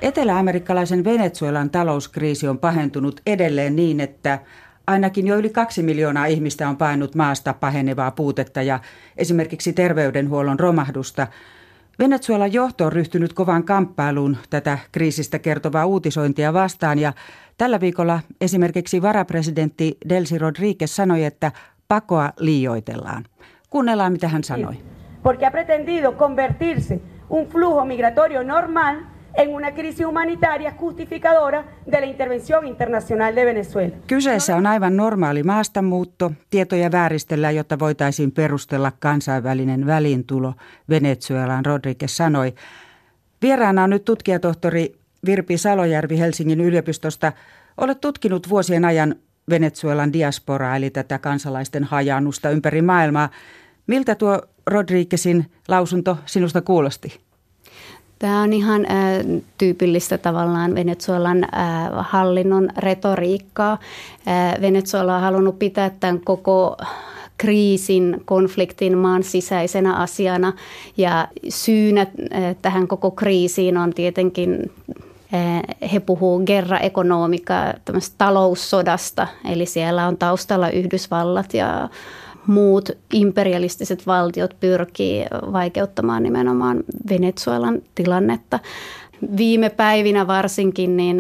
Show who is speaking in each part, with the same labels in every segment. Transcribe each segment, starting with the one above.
Speaker 1: Etelä-amerikkalaisen Venezuelan talouskriisi on pahentunut edelleen niin, että ainakin jo yli 2 miljoonaa ihmistä on painut maasta pahenevaa puutetta ja esimerkiksi terveydenhuollon romahdusta. Venezuelan johto on ryhtynyt kovaan kamppailuun tätä kriisistä kertovaa uutisointia vastaan ja tällä viikolla esimerkiksi varapresidentti Delcy Rodríguez sanoi, että pakoa liioitellaan. Kuunnellaan, mitä hän sanoi.
Speaker 2: Porque ha pretendido convertirse un flujo migratorio normal en una crisis humanitaria justificadora de la intervención internacional de Venezuela.
Speaker 1: Kyseessä on aivan normaali maastamuutto. Tietoja vääristellään, jotta voitaisiin perustella kansainvälinen väliintulo Venezuelaan, Rodríguez sanoi. Vieraana on nyt tutkijatohtori Virpi Salojärvi Helsingin yliopistosta. Olet tutkinut vuosien ajan Venezuelan diasporaa, eli tätä kansalaisten hajaannusta ympäri maailmaa. Miltä tuo Rodríguezin lausunto sinusta kuulosti?
Speaker 3: Tämä on ihan tyypillistä tavallaan Venezuelan hallinnon retoriikkaa. Venezuela on halunnut pitää tämän koko kriisin, konfliktin maan sisäisenä asiana ja syynä tähän koko kriisiin on tietenkin, he puhuu guerra economica, tämmöistä taloussodasta, eli siellä on taustalla Yhdysvallat ja muut imperialistiset valtiot pyrkii vaikeuttamaan nimenomaan Venezuelan tilannetta. Viime päivinä varsinkin niin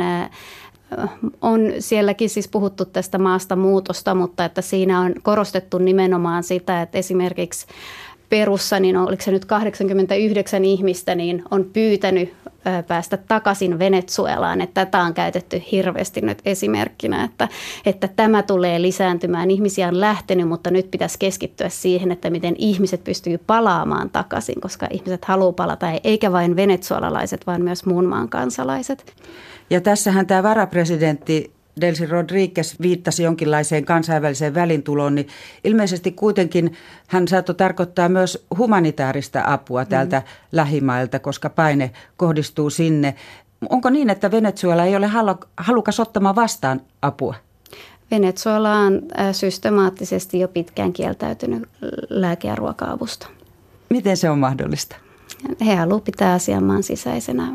Speaker 3: on sielläkin siis puhuttu tästä maasta muutosta, mutta että siinä on korostettu nimenomaan sitä, että esimerkiksi Perussa, niin oliko se nyt 89 ihmistä, niin on pyytänyt päästä takaisin Venezuelaan. Että tätä on käytetty hirveästi nyt esimerkkinä, että tämä tulee lisääntymään. Ihmisiä on lähtenyt, mutta nyt pitäisi keskittyä siihen, että miten ihmiset pystyy palaamaan takaisin, koska ihmiset haluaa palata, eikä vain venezuelalaiset, vaan myös muun maan kansalaiset.
Speaker 1: Ja tässähän tämä varapresidentti Delcy Rodríguez viittasi jonkinlaiseen kansainväliseen välintuloon, niin ilmeisesti kuitenkin hän saattoi tarkoittaa myös humanitaarista apua täältä lähimailta, koska paine kohdistuu sinne. Onko niin, että Venezuela ei ole halukas ottamaan vastaan apua?
Speaker 3: Venezuela on systemaattisesti jo pitkään kieltäytynyt lääke- ja ruoka-avusta.
Speaker 1: Miten se on mahdollista?
Speaker 3: He haluavat pitää asian maan sisäisenä.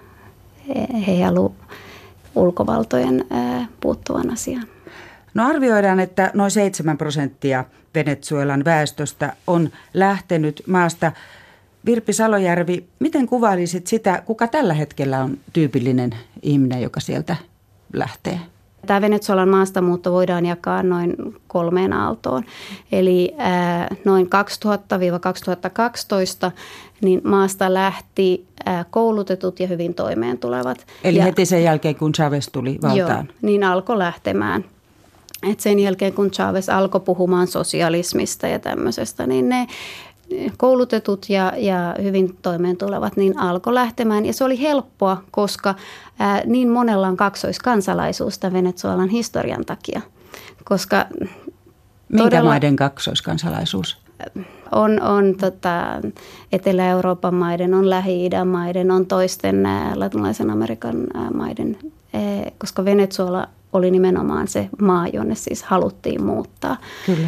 Speaker 3: He haluavat ulkovaltojen puuttuvan asiaan.
Speaker 1: No arvioidaan, että noin 7% Venezuelan väestöstä on lähtenyt maasta. Virpi Salojärvi, miten kuvailisit sitä, kuka tällä hetkellä on tyypillinen ihminen, joka sieltä lähtee?
Speaker 3: Tämä Venezuelan maastamuutto voidaan jakaa noin 3 aaltoon. Eli noin 2000-2012 niin maasta lähti koulutetut ja hyvin toimeentulevat.
Speaker 1: Eli heti sen jälkeen, kun Chávez tuli valtaan?
Speaker 3: Joo, niin alkoi lähtemään. Et sen jälkeen, kun Chávez alkoi puhumaan sosialismista ja tämmöisestä, niin ne koulutetut ja hyvin toimeentulevat niin alkoi lähtemään. Ja se oli helppoa, koska niin monella on kaksoiskansalaisuus tämän Venezuelan historian takia. Koska
Speaker 1: minkä maiden kaksoiskansalaisuus?
Speaker 3: On Etelä-Euroopan maiden, on Lähi-idän maiden, on toisten latinalaisen Amerikan maiden, koska Venezuela oli nimenomaan se maa, jonne siis haluttiin muuttaa.
Speaker 1: Kyllä.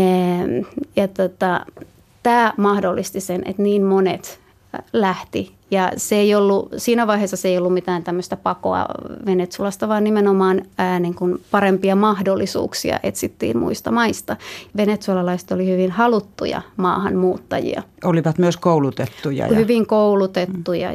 Speaker 3: Ja tämä mahdollisti sen, että niin monet lähti. Ja siinä vaiheessa se ei ollut mitään tämmöistä pakoa Venezuelasta, vaan nimenomaan niin kuin parempia mahdollisuuksia etsittiin muista maista. Venezuelalaiset oli hyvin haluttuja maahanmuuttajia.
Speaker 1: Olivat myös koulutettuja.
Speaker 3: Hyvin koulutettuja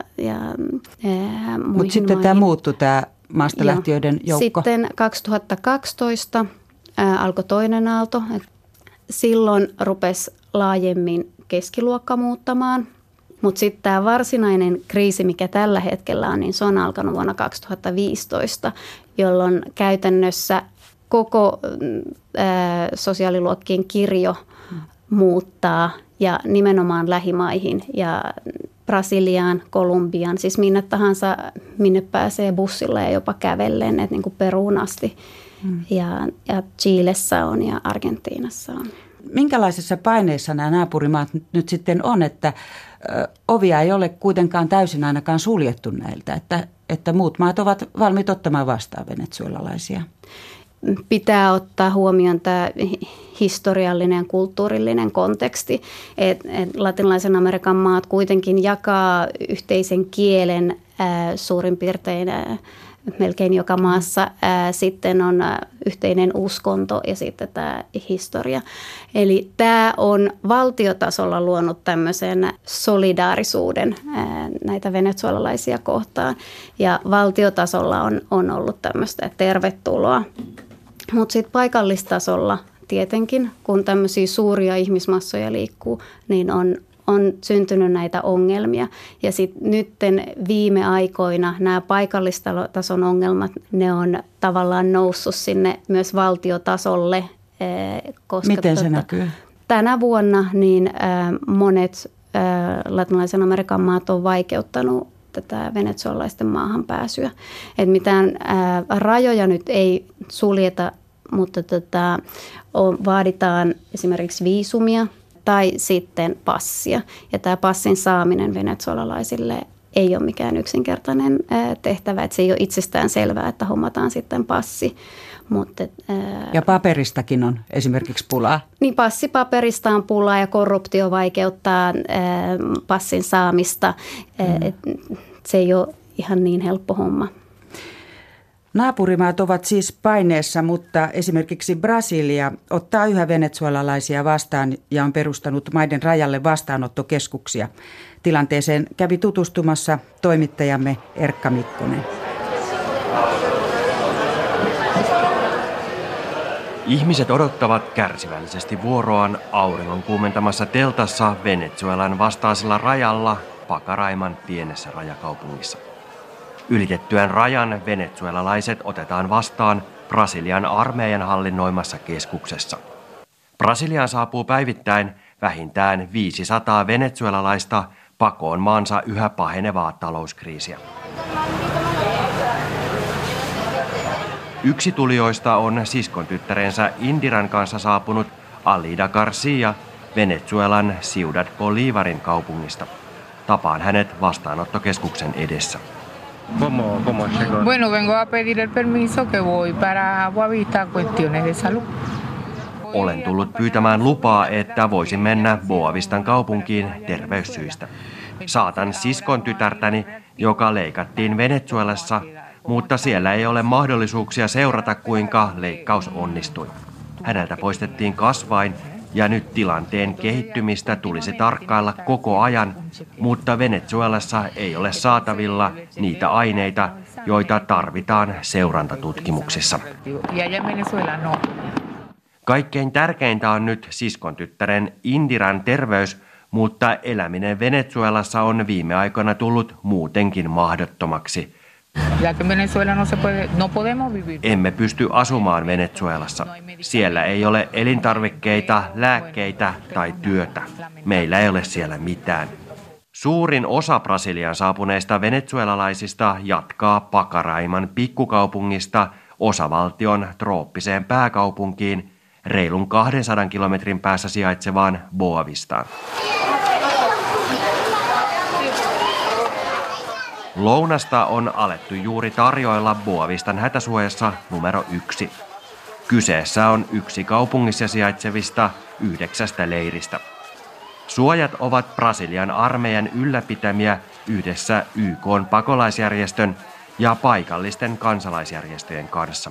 Speaker 1: Mutta sitten tämä muuttui, tämä maasta lähtiöiden joukko.
Speaker 3: Sitten 2012 alkoi toinen aalto. Silloin rupesi laajemmin keskiluokka muuttamaan. Mutta sitten tämä varsinainen kriisi, mikä tällä hetkellä on, niin se on alkanut vuonna 2015, jolloin käytännössä koko sosiaaliluokkien kirjo muuttaa ja nimenomaan lähimaihin ja Brasiliaan, Kolumbiaan, siis minne tahansa, minne pääsee bussilla ja jopa kävellen, että niin kuin Peruun asti. Ja Chilessä on ja Argentiinassa on.
Speaker 1: Minkälaisessa paineessa nämä naapurimaat nyt sitten on, että ovia ei ole kuitenkaan täysin ainakaan suljettu näiltä, että muut maat ovat valmiit ottamaan vastaan venezuelalaisia?
Speaker 3: pitää ottaa huomioon tämä historiallinen ja kulttuurillinen konteksti. Et latinalaisen Amerikan maat kuitenkin jakaa yhteisen kielen suurin piirtein melkein joka maassa. Sitten on yhteinen uskonto ja sitten tämä historia. Eli tämä on valtiotasolla luonut tämmöisen solidaarisuuden näitä venezuelalaisia kohtaan. Ja valtiotasolla on ollut tämmöistä tervetuloa. Mutta sitten paikallistasolla tietenkin, kun tämmöisiä suuria ihmismassoja liikkuu, niin on syntynyt näitä ongelmia. Ja sitten nytten viime aikoina nämä paikallistason ongelmat, ne on tavallaan noussut sinne myös valtiotasolle. Koska
Speaker 1: miten se näkyy?
Speaker 3: Tänä vuonna niin monet latinalaisen Amerikan maat on vaikeuttanut tätä venezuelalaisten maahanpääsyä. Et mitään rajoja nyt ei suljeta, mutta vaaditaan esimerkiksi viisumia tai sitten passia. Ja tämä passin saaminen venezuelalaisille ei ole mikään yksinkertainen tehtävä. Että se ei ole itsestään selvää, että hommataan sitten passi.
Speaker 1: Ja paperistakin on esimerkiksi pulaa.
Speaker 3: Niin, passipaperista on pulaa ja korruptio vaikeuttaa passin saamista. Se ei ole ihan niin helppo homma.
Speaker 1: Naapurimaat ovat siis paineessa, mutta esimerkiksi Brasilia ottaa yhä venezuelalaisia vastaan ja on perustanut maiden rajalle vastaanottokeskuksia. Tilanteeseen kävi tutustumassa toimittajamme Erkka Mikkonen.
Speaker 4: Ihmiset odottavat kärsivällisesti vuoroaan auringon kuumentamassa teltassa Venezuelan vastaisella rajalla Pacaraiman pienessä rajakaupungissa. Ylitettyään rajan venezuelalaiset otetaan vastaan Brasilian armeijan hallinnoimassa keskuksessa. Brasiliaan saapuu päivittäin vähintään 500 venezuelalaista pakoon maansa yhä pahenevaa talouskriisiä. Yksi tulijoista on siskon tyttärensä Indiran kanssa saapunut Alida Garcia Venezuelan Ciudad Bolívarin kaupungista. Tapaan hänet vastaanottokeskuksen edessä.
Speaker 5: Bueno, vengo a pedir el permiso que voy para Boavista cuestiones de salud.
Speaker 4: Olen tullut pyytämään lupaa, että voisin mennä Boavistan kaupunkiin terveyssyistä. Saatan siskon tytärtäni, joka leikattiin Venezuelassa, mutta siellä ei ole mahdollisuuksia seurata, kuinka leikkaus onnistui. Häneltä poistettiin kasvain ja nyt tilanteen kehittymistä tulisi tarkkailla koko ajan, mutta Venezuelassa ei ole saatavilla niitä aineita, joita tarvitaan seurantatutkimuksissa. Kaikkein tärkeintä on nyt siskon tyttären Indiran terveys, mutta eläminen Venezuelassa on viime aikoina tullut muutenkin mahdottomaksi. Emme pysty asumaan Venezuelassa. Siellä ei ole elintarvikkeita, lääkkeitä tai työtä. Meillä ei ole siellä mitään. Suurin osa Brasiliaan saapuneista venezuelalaisista jatkaa Pacaraiman pikkukaupungista osavaltion trooppiseen pääkaupunkiin reilun 200 kilometrin päässä sijaitsevaan Boavistaan. Lounasta on alettu juuri tarjoilla Boavistan hätäsuojassa numero 1. Kyseessä on yksi kaupungissa sijaitsevista 9 leiristä. Suojat ovat Brasilian armeijan ylläpitämiä yhdessä YK:n pakolaisjärjestön ja paikallisten kansalaisjärjestöjen kanssa.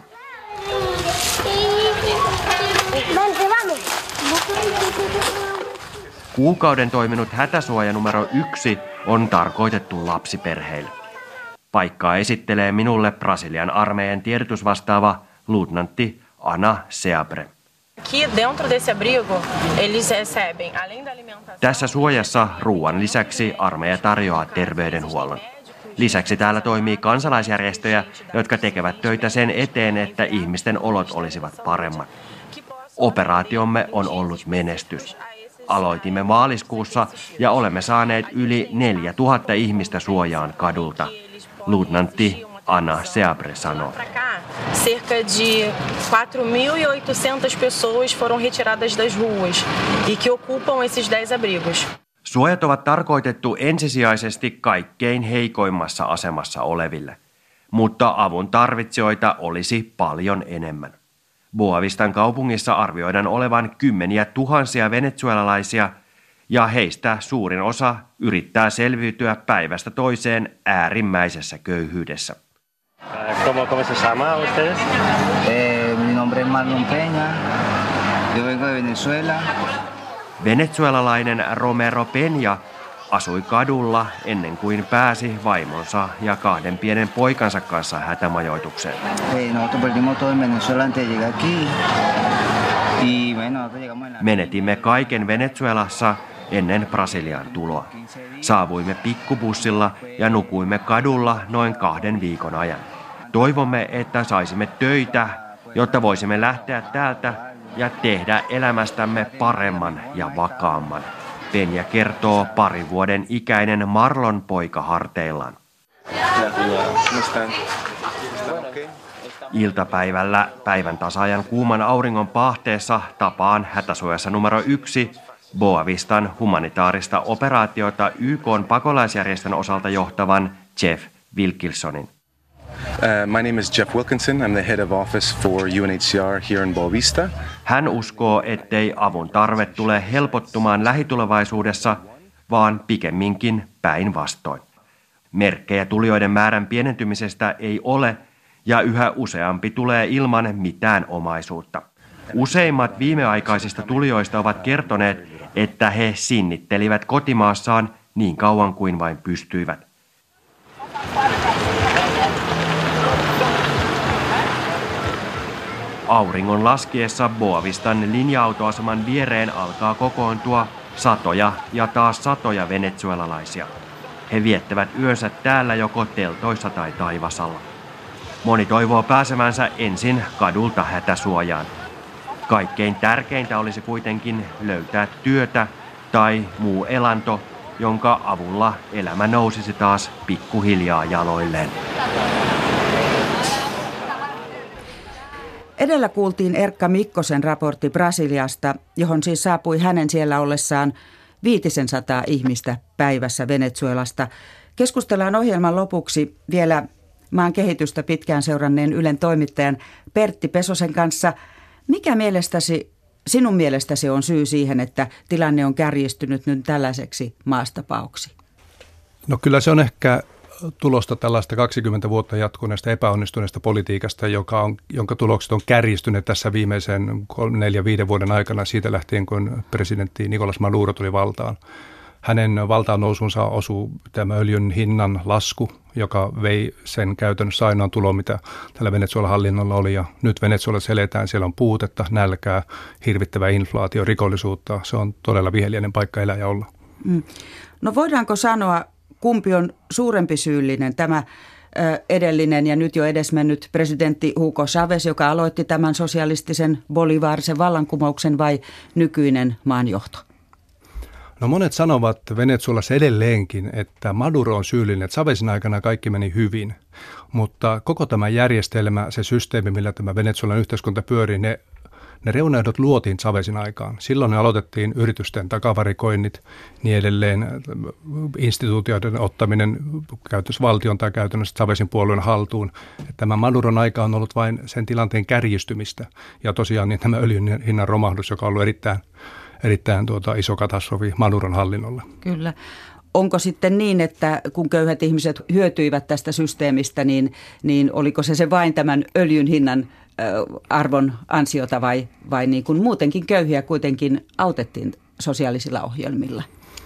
Speaker 4: Kuukauden toiminut hätäsuoja numero 1 on tarkoitettu lapsiperheille. Paikkaa esittelee minulle Brasilian armeijan tiedotusvastaava luutnantti Ana Seabre. Tässä suojassa ruoan lisäksi armeija tarjoaa terveydenhuollon. Lisäksi täällä toimii kansalaisjärjestöjä, jotka tekevät töitä sen eteen, että ihmisten olot olisivat paremmat. Operaatiomme on ollut menestys. Aloitimme maaliskuussa ja olemme saaneet yli 4000 ihmistä suojaan kadulta, luutnantti Ana Seabre sanoo.
Speaker 6: Cerca de 4.800 pessoas foram retiradas das ruas e que ocupam esses 10 abrigos.
Speaker 4: Suojat ovat tarkoitettu ensisijaisesti kaikkein heikoimmassa asemassa oleville, mutta avun tarvitsijoita olisi paljon enemmän. Boavistan kaupungissa arvioidaan olevan kymmeniä tuhansia venezuelalaisia, ja heistä suurin osa yrittää selviytyä päivästä toiseen äärimmäisessä köyhyydessä.
Speaker 7: ¿Cómo se llama ustedes?
Speaker 8: Mi nombre es Marlon Peña. Yo vengo de Venezuela.
Speaker 4: Venezuelalainen Romero Peña asui kadulla ennen kuin pääsi vaimonsa ja 2 pienen poikansa kanssa hätämajoitukseen. Menetimme kaiken Venezuelassa ennen Brasilian tuloa. Saavuimme pikkubussilla ja nukuimme kadulla noin 2 viikon ajan. Toivomme, että saisimme töitä, jotta voisimme lähteä täältä ja tehdä elämästämme paremman ja vakaamman. Peña kertoo 2 vuoden ikäinen Marlon poika harteillaan. Iltapäivällä päivän tasaajan kuuman auringon pahteessa tapaan hätäsuojassa numero 1 Boavistan humanitaarista operaatiota YK:n pakolaisjärjestön osalta johtavan Jeff Wilkinsonin.
Speaker 9: My name is Jeff Wilkinson. I'm the head of office for UNHCR here in Boavista.
Speaker 4: Hän uskoo, ettei avun tarve tule helpottumaan lähitulevaisuudessa, vaan pikemminkin päinvastoin. Merkkejä tulijoiden määrän pienentymisestä ei ole, ja yhä useampi tulee ilman mitään omaisuutta. Useimmat viimeaikaisista tulijoista ovat kertoneet, että he sinnittelivät kotimaassaan niin kauan kuin vain pystyivät. Auringon laskiessa Boavistan linja-autoaseman viereen alkaa kokoontua satoja ja taas satoja venezuelalaisia. He viettävät yönsä täällä joko teltoissa tai taivasalla. Moni toivoo pääsemänsä ensin kadulta hätäsuojaan. Kaikkein tärkeintä olisi kuitenkin löytää työtä tai muu elanto, jonka avulla elämä nousisi taas pikkuhiljaa jaloilleen.
Speaker 1: Edellä kuultiin Erkka Mikkosen raportti Brasiliasta, johon siis saapui hänen siellä ollessaan 500 ihmistä päivässä Venezuelasta. Keskustellaan ohjelman lopuksi vielä maan kehitystä pitkään seuranneen Ylen toimittajan Pertti Pesosen kanssa. Mikä sinun mielestäsi on syy siihen, että tilanne on kärjistynyt nyt tällaiseksi maastapauksi?
Speaker 10: No kyllä se on ehkä tulosta tällaista 20 vuotta jatkuneesta epäonnistuneesta politiikasta, jonka tulokset on kärjistyneet tässä viimeisen 4-5 vuoden aikana siitä lähtien, kun presidentti Nicolás Maduro tuli valtaan. Hänen valtaan nousunsa osui tämä öljyn hinnan lasku, joka vei sen käytännössä ainoan tulon, mitä tällä Venezuelan hallinnolla oli. Ja nyt Venezuelassa eletään, siellä on puutetta, nälkää, hirvittävää inflaatio, rikollisuutta. Se on todella viheliäinen paikka elää ja olla.
Speaker 1: No voidaanko sanoa, kumpi on suurempi syyllinen, tämä edellinen ja nyt jo edesmennyt presidentti Hugo Chávez, joka aloitti tämän sosialistisen bolivarisen vallankumouksen, vai nykyinen maanjohto?
Speaker 10: No monet sanovat Venezuelassa edelleenkin, että Maduro on syyllinen, että Chávezin aikana kaikki meni hyvin, mutta koko tämä järjestelmä, se systeemi, millä tämä Venezuelan yhteiskunta pyörii, ne reunaehdot luotiin Chávezin aikaan. Silloin ne aloitettiin yritysten takavarikoinnit, niin edelleen instituutioiden ottaminen käytössä valtion tai käytännössä Chávezin puolueen haltuun. Tämä Maduron aika on ollut vain sen tilanteen kärjistymistä ja tosiaan niin tämä öljyn hinnan romahdus, joka on ollut erittäin iso katastrofi Maduron hallinnolle. Kyllä.
Speaker 1: Onko sitten niin, että kun köyhät ihmiset hyötyivät tästä systeemistä, niin oliko se vain tämän öljyn hinnan arvon ansiota vai niin kuin muutenkin köyhiä kuitenkin autettiin sosiaalisilla ohjelmilla?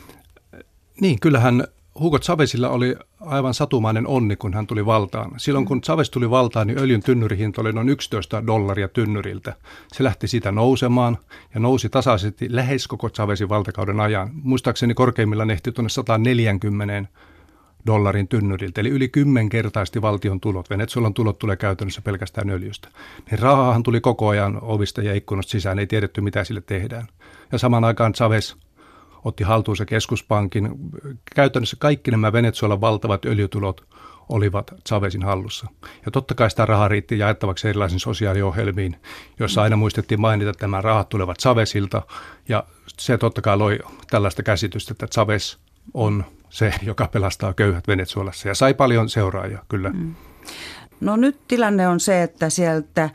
Speaker 10: Niin, kyllähän Hugo Chávezilla oli aivan satumainen onni, kun hän tuli valtaan. Silloin kun Chávez tuli valtaan, niin öljyn tynnyrihinta oli noin $11 tynnyriltä. Se lähti siitä nousemaan ja nousi tasaisesti lähes koko Chávezin valtakauden ajan. Muistaakseni korkeimmillaan ehti tuonne $140 tynnyriltä, eli yli 10-kertaisesti valtion tulot. Venezuelan tulot tulee käytännössä pelkästään öljystä. Niin rahahan tuli koko ajan ovista ja ikkunasta sisään, ei tiedetty mitä sille tehdään. Ja samaan aikaan Chávez otti haltuunsa keskuspankin. Käytännössä kaikki nämä Venezuelan valtavat öljytulot olivat Chávezin hallussa. Ja totta kai sitä rahaa riitti jaettavaksi erilaisiin sosiaaliohjelmiin, joissa aina muistettiin mainita, että nämä rahat tulevat Chávezilta. Ja se totta kai loi tällaista käsitystä, että Chávez on se, joka pelastaa köyhät Venezuelassa. Ja sai paljon seuraajia, kyllä.
Speaker 1: No nyt tilanne on se, että sieltä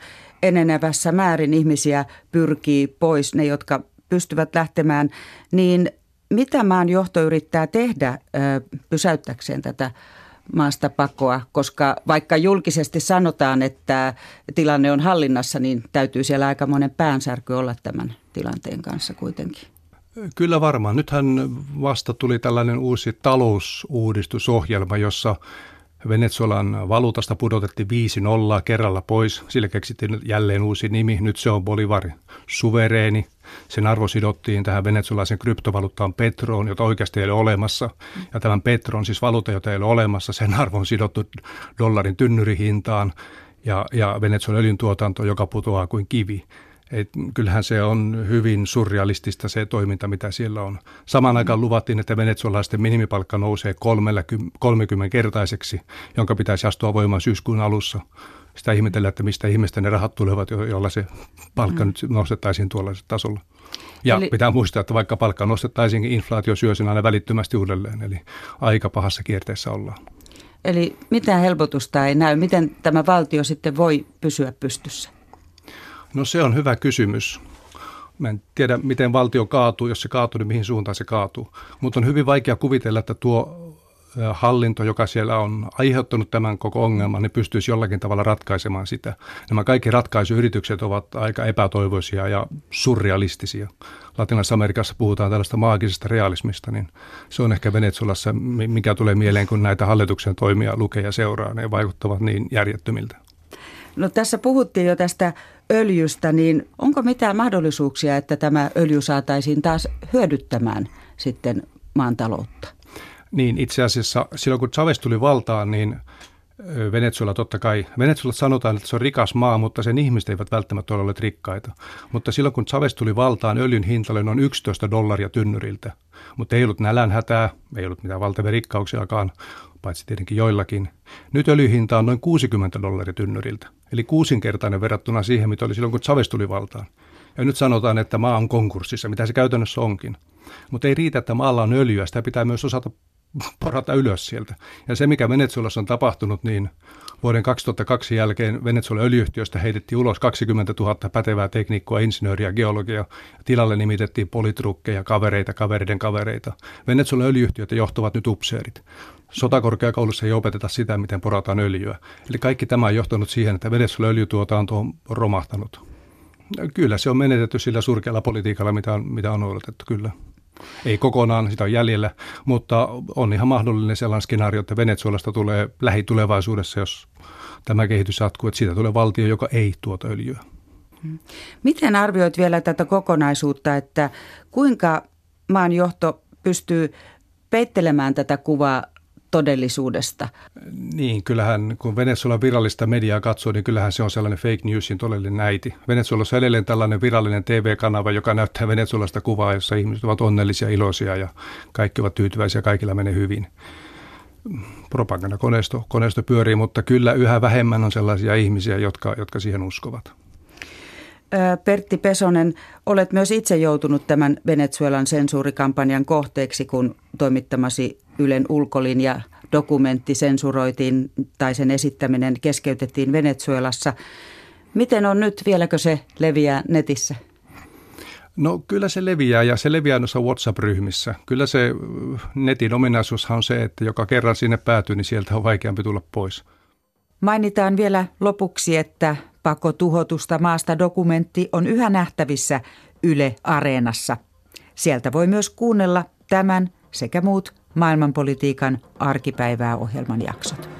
Speaker 1: enenevässä määrin ihmisiä pyrkii pois, ne jotka pystyvät lähtemään, niin mitä maan johto yrittää tehdä pysäyttäkseen tätä maastapakoa, koska vaikka julkisesti sanotaan, että tilanne on hallinnassa, niin täytyy siellä aikamoinen päänsärky olla tämän tilanteen kanssa kuitenkin.
Speaker 10: Kyllä varmaan. Nythän vasta tuli tällainen uusi talousuudistusohjelma, jossa Venezuelan valuutasta pudotettiin 5-0 kerralla pois. Sille keksittiin jälleen uusi nimi. Nyt se on Bolivar suvereeni. Sen arvo sidottiin tähän venezuelaisen kryptovaluuttaan Petroon, jota oikeasti ei ole olemassa. Ja tämän Petron, siis valuutta, jota ei ole olemassa, sen arvo on sidottu dollarin tynnyrihintaan ja Venezuelan öljyntuotanto, joka putoaa kuin kivi. Kyllähän se on hyvin surrealistista se toiminta, mitä siellä on. Samaan aikaan luvattiin, että venezuelalaisten minimipalkka nousee 30-kertaiseksi, jonka pitäisi astua voimaan syyskuun alussa. Sitä ihmetellään, että mistä ihmisten ne rahat tulevat, jolla se palkka nyt nostettaisiin tuollaisella tasolla. Ja pitää muistaa, että vaikka palkka nostettaisiinkin, inflaatio syö sen aina välittömästi uudelleen. Eli aika pahassa kierteessä ollaan. Eli mitään helpotusta ei näy. Miten tämä valtio sitten voi pysyä pystyssä? No se on hyvä kysymys. Mä en tiedä, miten valtio kaatuu, jos se kaatuu, niin mihin suuntaan se kaatuu. Mutta on hyvin vaikea kuvitella, että tuo hallinto, joka siellä on aiheuttanut tämän koko ongelman, niin pystyisi jollakin tavalla ratkaisemaan sitä. Nämä kaikki ratkaisuyritykset ovat aika epätoivoisia ja surrealistisia. Latinalaisessa Amerikassa puhutaan tällaista maagisesta realismista, niin se on ehkä Venezuelassa, mikä tulee mieleen, kun näitä hallituksen toimia lukee ja seuraa. Ne vaikuttavat niin järjettömiltä. No tässä puhuttiin jo tästä öljystä, niin onko mitään mahdollisuuksia, että tämä öljy saataisiin taas hyödyttämään sitten maan taloutta? Niin, itse asiassa silloin kun Chávez tuli valtaan, niin Venezuela totta kai, Venezuelassa sanotaan, että se on rikas maa, mutta sen ihmiset eivät välttämättä ole olleet rikkaita. Mutta silloin kun Chávez tuli valtaan, öljyn hinta oli noin $11 tynnyriltä. Mutta ei ollut nälänhätää, ei ollut mitään valtavia rikkauksiakaan, paitsi tietenkin joillakin. Nyt öljyhinta on noin $60 tynnyriltä, eli 6-kertainen verrattuna siihen, mitä oli silloin kun Chávez tuli valtaan. Ja nyt sanotaan, että maa on konkurssissa, mitä se käytännössä onkin. Mutta ei riitä, että maalla on öljyä, sitä pitää myös osata porata ylös sieltä. Ja se, mikä Venezuelassa on tapahtunut, niin vuoden 2002 jälkeen Venezuelan öljyyhtiöstä heitettiin ulos 20 000 pätevää tekniikkoa, insinööriä, geologiaa. Tilalle nimitettiin politrukkeja, kavereiden kavereita. Venezuelan öljyyhtiöitä johtavat nyt upseerit. Sotakorkeakoulussa ei opeteta sitä, miten porataan öljyä. Eli kaikki tämä on johtanut siihen, että Venezuelan öljytuotanto on romahtanut. Kyllä se on menetetty sillä surkealla politiikalla, mitä on odotettu, kyllä. Ei kokonaan, sitä on jäljellä, mutta on ihan mahdollinen sellainen skenaario, että Venezuelasta tulee lähitulevaisuudessa, jos tämä kehitys jatkuu, että siitä tulee valtio, joka ei tuota öljyä. Miten arvioit vielä tätä kokonaisuutta, että kuinka maan johto pystyy peittelemään tätä kuvaa todellisuudesta? Niin, kyllähän kun Venezuelan virallista mediaa katsoo, niin kyllähän se on sellainen fake newsin todellinen äiti. Venezuelassa on edelleen tällainen virallinen TV-kanava, joka näyttää Venezuelasta kuvaa, jossa ihmiset ovat onnellisia, iloisia ja kaikki ovat tyytyväisiä, kaikilla menee hyvin. Propagandakoneisto pyörii, mutta kyllä yhä vähemmän on sellaisia ihmisiä, jotka siihen uskovat. Pertti Pesonen, olet myös itse joutunut tämän Venezuelan sensuurikampanjan kohteeksi, kun toimittamasi Ylen ulkolinja dokumentti sensuroitiin tai sen esittäminen keskeytettiin Venezuelassa. Miten on nyt, vieläkö se leviää netissä? No kyllä se leviää ja se leviää noissa WhatsApp-ryhmissä. Kyllä se netin ominaisuushan on se, että joka kerran sinne päätyy, niin sieltä on vaikeampi tulla pois. Mainitaan vielä lopuksi, että Pako tuhotusta maasta -dokumentti on yhä nähtävissä Yle Areenassa. Sieltä voi myös kuunnella tämän sekä muut maailmanpolitiikan arkipäivää -ohjelman jaksot.